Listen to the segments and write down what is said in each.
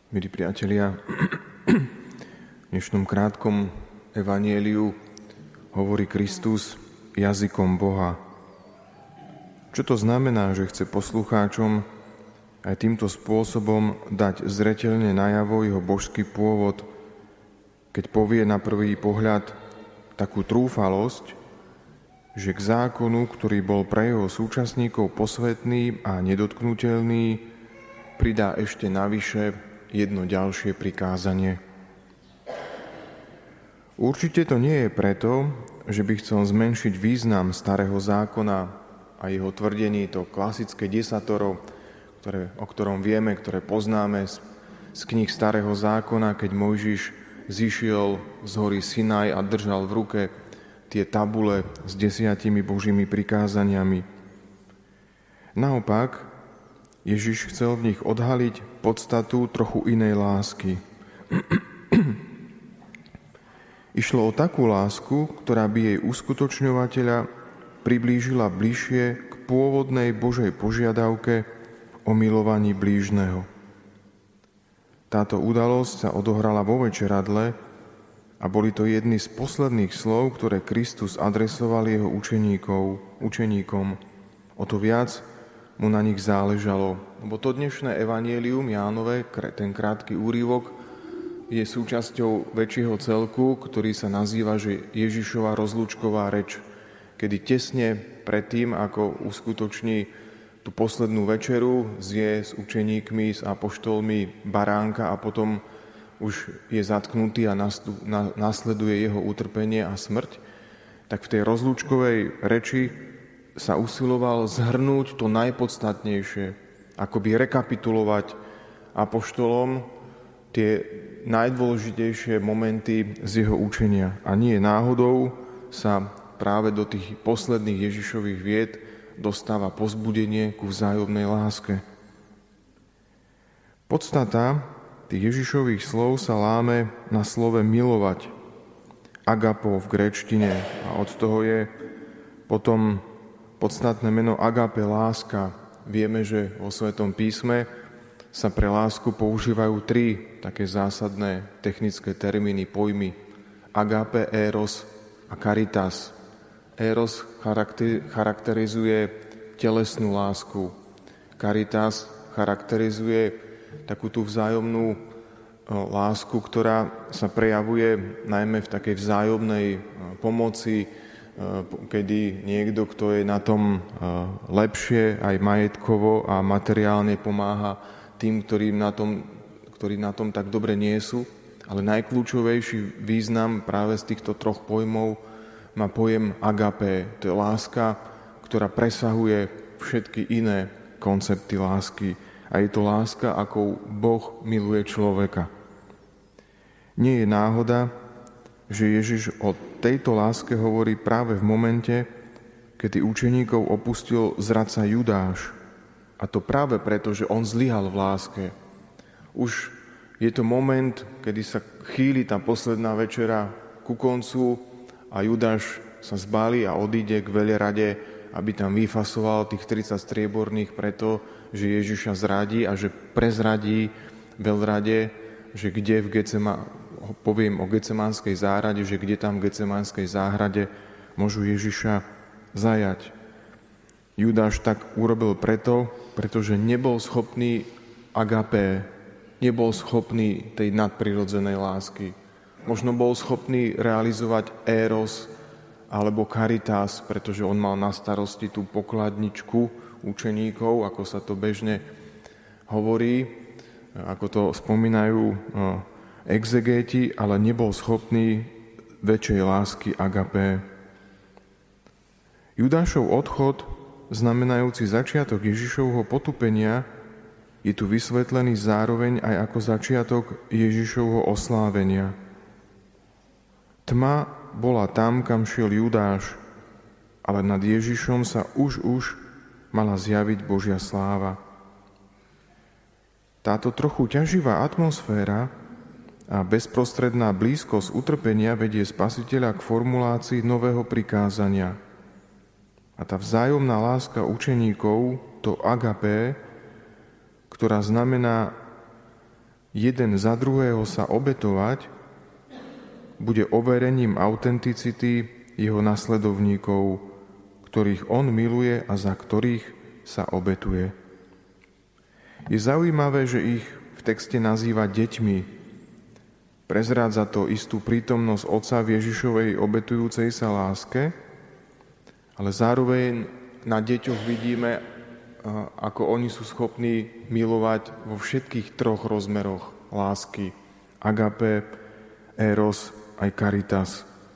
Milí priatelia, v dnešnom krátkom evanjeliu hovorí Kristus jazykom Boha. Čo to znamená, že chce poslucháčom aj týmto spôsobom dať zreteľne najavo jeho božský pôvod, keď povie na prvý pohľad takú trúfalosť, že k zákonu, ktorý bol pre jeho súčasníkov posvätný a nedotknuteľný, pridá ešte navyše jedno ďalšie prikázanie. Určite to nie je preto, že by chcel zmenšiť význam starého zákona a jeho tvrdení, to klasické desatoro, o ktorom vieme, ktoré poznáme z kníh starého zákona, keď Mojžiš zišiel z hory Sinaj a držal v ruke tie tabule s 10 Božími prikázaniami. Naopak, Ježiš chcel v nich odhaliť podstatu trochu inej lásky. Išlo o takú lásku, ktorá by jej uskutočňovateľa priblížila bližšie k pôvodnej Božej požiadavke o milovaní blížneho. Táto udalosť sa odohrala vo večeradle a boli to jedny z posledných slov, ktoré Kristus adresoval jeho učeníkom. O to viac mu na nich záležalo. Lebo to dnešné evanjelium Jánove, ten krátky úryvok, je súčasťou väčšieho celku, ktorý sa nazýva, že Ježišova rozlúčková reč, kedy tesne predtým, ako uskutoční tú poslednú večeru, zje s učeníkmi, s apoštolmi baránka a potom už je zatknutý a nasleduje jeho utrpenie a smrť, tak v tej rozlúčkovej reči sa usiloval zhrnúť to najpodstatnejšie, akoby rekapitulovať apoštolom tie najdôležitejšie momenty z jeho učenia. A nie náhodou sa práve do tých posledných Ježišových vied dostáva povzbudenie ku vzájomnej láske. Podstata tých Ježišových slov sa láme na slove milovať, agapo v gréčtine, a od toho je potom podstatné meno agape, láska. Vieme, že vo Svätom písme sa pre lásku používajú 3 také zásadné technické termíny, pojmy. Agape, eros a caritas. Eros charakterizuje telesnú lásku. Caritas charakterizuje takú tú vzájomnú lásku, ktorá sa prejavuje najmä v takej vzájomnej pomoci, kedy niekto, kto je na tom lepšie aj majetkovo a materiálne, pomáha tým, ktorí na tom tak dobre nie sú. Ale najkľúčovejší význam práve z týchto 3 pojmov má pojem agape. To je láska, ktorá presahuje všetky iné koncepty lásky. A je to láska, akou Boh miluje človeka. Nie je náhoda, že Ježiš o tejto láske hovorí práve v momente, kedy učeníkov opustil zradca Judáš. A to práve preto, že on zlyhal v láske. Už je to moment, kedy sa chýli tá posledná večera ku koncu a Judáš sa zbalí a odíde k veľrade, aby tam vyfasoval tých 30 strieborných preto, že Ježiša zradí a že prezradí veľrade, že kde poviem o Getsemanskej záhrade, že kde tam v Getsemanskej záhrade môžu Ježiša zajať. Judáš tak urobil pretože nebol schopný agapé, nebol schopný tej nadprirodzenej lásky. Možno bol schopný realizovať eros alebo caritas, pretože on mal na starosti tú pokladničku učeníkov, ako sa to bežne hovorí, ako to spomínajú exegéti, ale nebol schopný väčšej lásky agapé. Judášov odchod, znamenajúci začiatok Ježišovho potupenia, je tu vysvetlený zároveň aj ako začiatok Ježišovho oslávenia. Tma bola tam, kam šiel Judáš, ale nad Ježišom sa už mala zjaviť Božia sláva. Táto trochu ťaživá atmosféra a bezprostredná blízkosť utrpenia vedie Spasiteľa k formulácii nového prikázania. A tá vzájomná láska učeníkov, to agapé, ktorá znamená jeden za druhého sa obetovať, bude overením autenticity jeho nasledovníkov, ktorých on miluje a za ktorých sa obetuje. Je zaujímavé, že ich v texte nazýva deťmi. Prezrádza to istú prítomnosť Otca v Ježišovej obetujúcej sa láske, ale zároveň na deťoch vidíme, ako oni sú schopní milovať vo všetkých troch rozmeroch lásky. Agape, eros, aj caritas.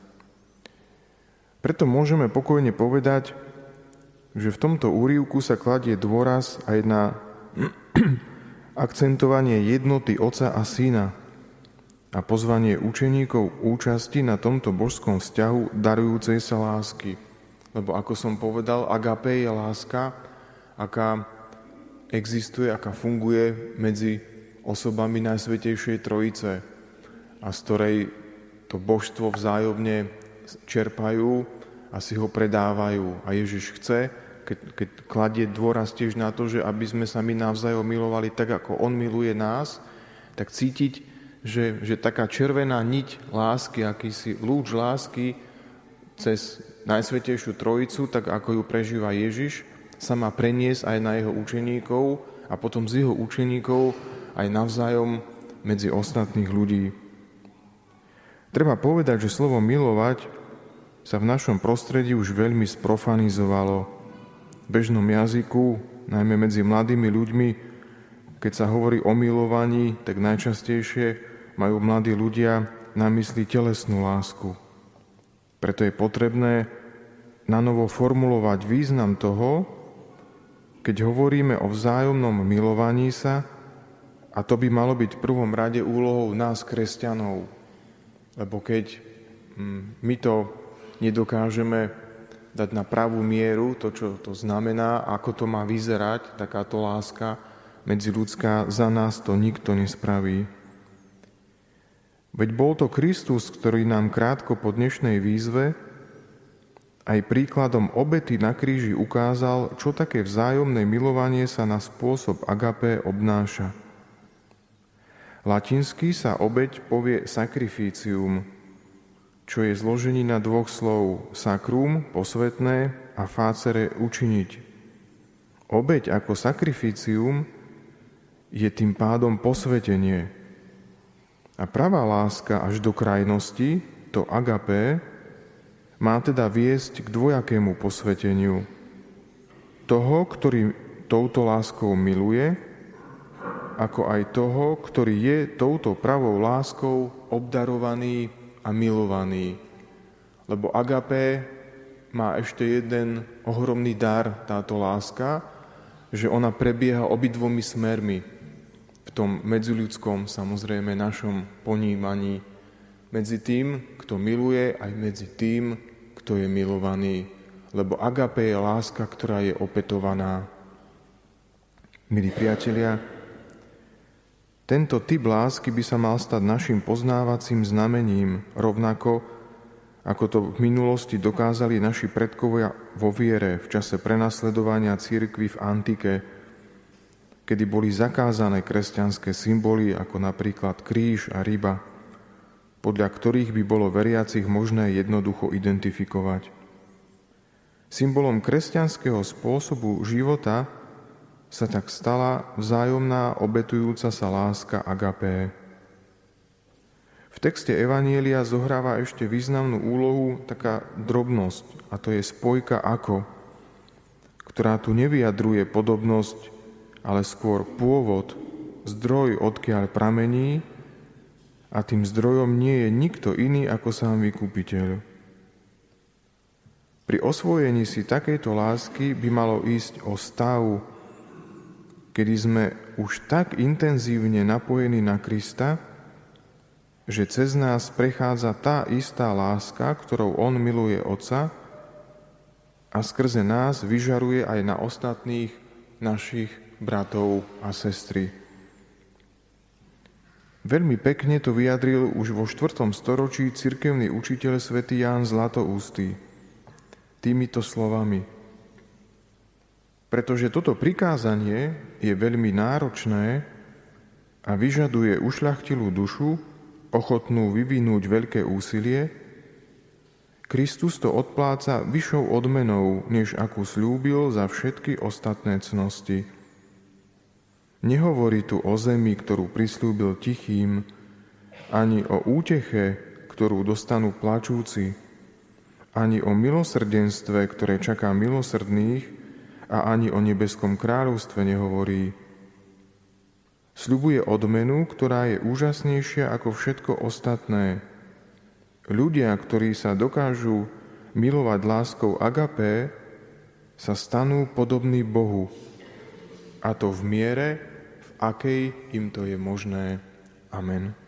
Preto môžeme pokojne povedať, že v tomto úryvku sa kladie dôraz aj na akcentovanie jednoty Otca a Syna a pozvanie učeníkov účasti na tomto božskom vzťahu darujúcej sa lásky. Lebo ako som povedal, agape je láska, aká existuje, aká funguje medzi osobami Najsvätejšej Trojice a z ktorej to božstvo vzájomne čerpajú a si ho predávajú. A Ježiš chce, keď kladie dôraz tiež na to, že aby sme sa my navzájom milovali tak, ako on miluje nás, tak cítiť, že taká červená niť lásky, akýsi lúč lásky cez Najsvätejšiu Trojicu, tak ako ju prežíva Ježiš, sa má preniesť aj na jeho učeníkov a potom z jeho učeníkov aj navzájom medzi ostatných ľudí. Treba povedať, že slovo milovať sa v našom prostredí už veľmi sprofanizovalo. V bežnom jazyku, najmä medzi mladými ľuďmi, keď sa hovorí o milovaní, tak najčastejšie majú mladí ľudia na mysli telesnú lásku. Preto je potrebné nanovo formulovať význam toho, keď hovoríme o vzájomnom milovaní sa, a to by malo byť v prvom rade úlohou nás, kresťanov. Lebo keď my to nedokážeme dať na pravú mieru, to, čo to znamená, ako to má vyzerať, takáto láska medziľudská, za nás to nikto nespraví. Veď bol to Kristus, ktorý nám krátko po dnešnej výzve aj príkladom obety na kríži ukázal, čo také vzájomné milovanie sa na spôsob agape obnáša. Latinsky sa obeť povie sacrificium, čo je zloženina dvoch slov sacrum, posvetné, a facere, učiniť. Obeť ako sacrificium je tým pádom posvetenie. A pravá láska až do krajnosti, to agape, má teda viesť k dvojakému posveteniu. Toho, ktorý touto láskou miluje, ako aj toho, ktorý je touto pravou láskou obdarovaný a milovaný. Lebo agape má ešte jeden ohromný dar, táto láska, že ona prebieha obidvomi smermi. V tom medziľudskom, samozrejme, našom ponímaní. Medzi tým, kto miluje, aj medzi tým, kto je milovaný. Lebo agape je láska, ktorá je opetovaná. Milí priatelia, tento typ lásky by sa mal stať našim poznávacím znamením, rovnako ako to v minulosti dokázali naši predkovia vo viere v čase prenasledovania cirkvi v antike, kedy boli zakázané kresťanské symboly ako napríklad kríž a ryba, podľa ktorých by bolo veriacich možné jednoducho identifikovať. Symbolom kresťanského spôsobu života sa tak stala vzájomná obetujúca sa láska agape. V texte Evanjelia zohráva ešte významnú úlohu taká drobnosť, a to je spojka ako, ktorá tu nevyjadruje podobnosť, ale skôr pôvod, zdroj, odkiaľ pramení, a tým zdrojom nie je nikto iný ako sám Vykupiteľ. Pri osvojení si takejto lásky by malo ísť o stav, kedy sme už tak intenzívne napojení na Krista, že cez nás prechádza tá istá láska, ktorou on miluje Otca a skrze nás vyžaruje aj na ostatných našich bratov a sestry. Veľmi pekne to vyjadril už vo 4. storočí cirkevný učiteľ svätý Ján Zlatoústy týmito slovami: pretože toto prikázanie je veľmi náročné, a vyžaduje ušľachtilú dušu, ochotnú vyvinúť veľké úsilie, Kristus to odpláca vyššou odmenou, než akú slúbil za všetky ostatné cnosti. Nehovorí tu o zemi, ktorú prislúbil tichým, ani o úteche, ktorú dostanú plačúci, ani o milosrdenstve, ktoré čaká milosrdných, a ani o nebeskom kráľovstve nehovorí. Sľubuje odmenu, ktorá je úžasnejšia ako všetko ostatné. Ľudia, ktorí sa dokážu milovať láskou agapé, sa stanú podobní Bohu. A to v miere, v akej im to je možné. Amen.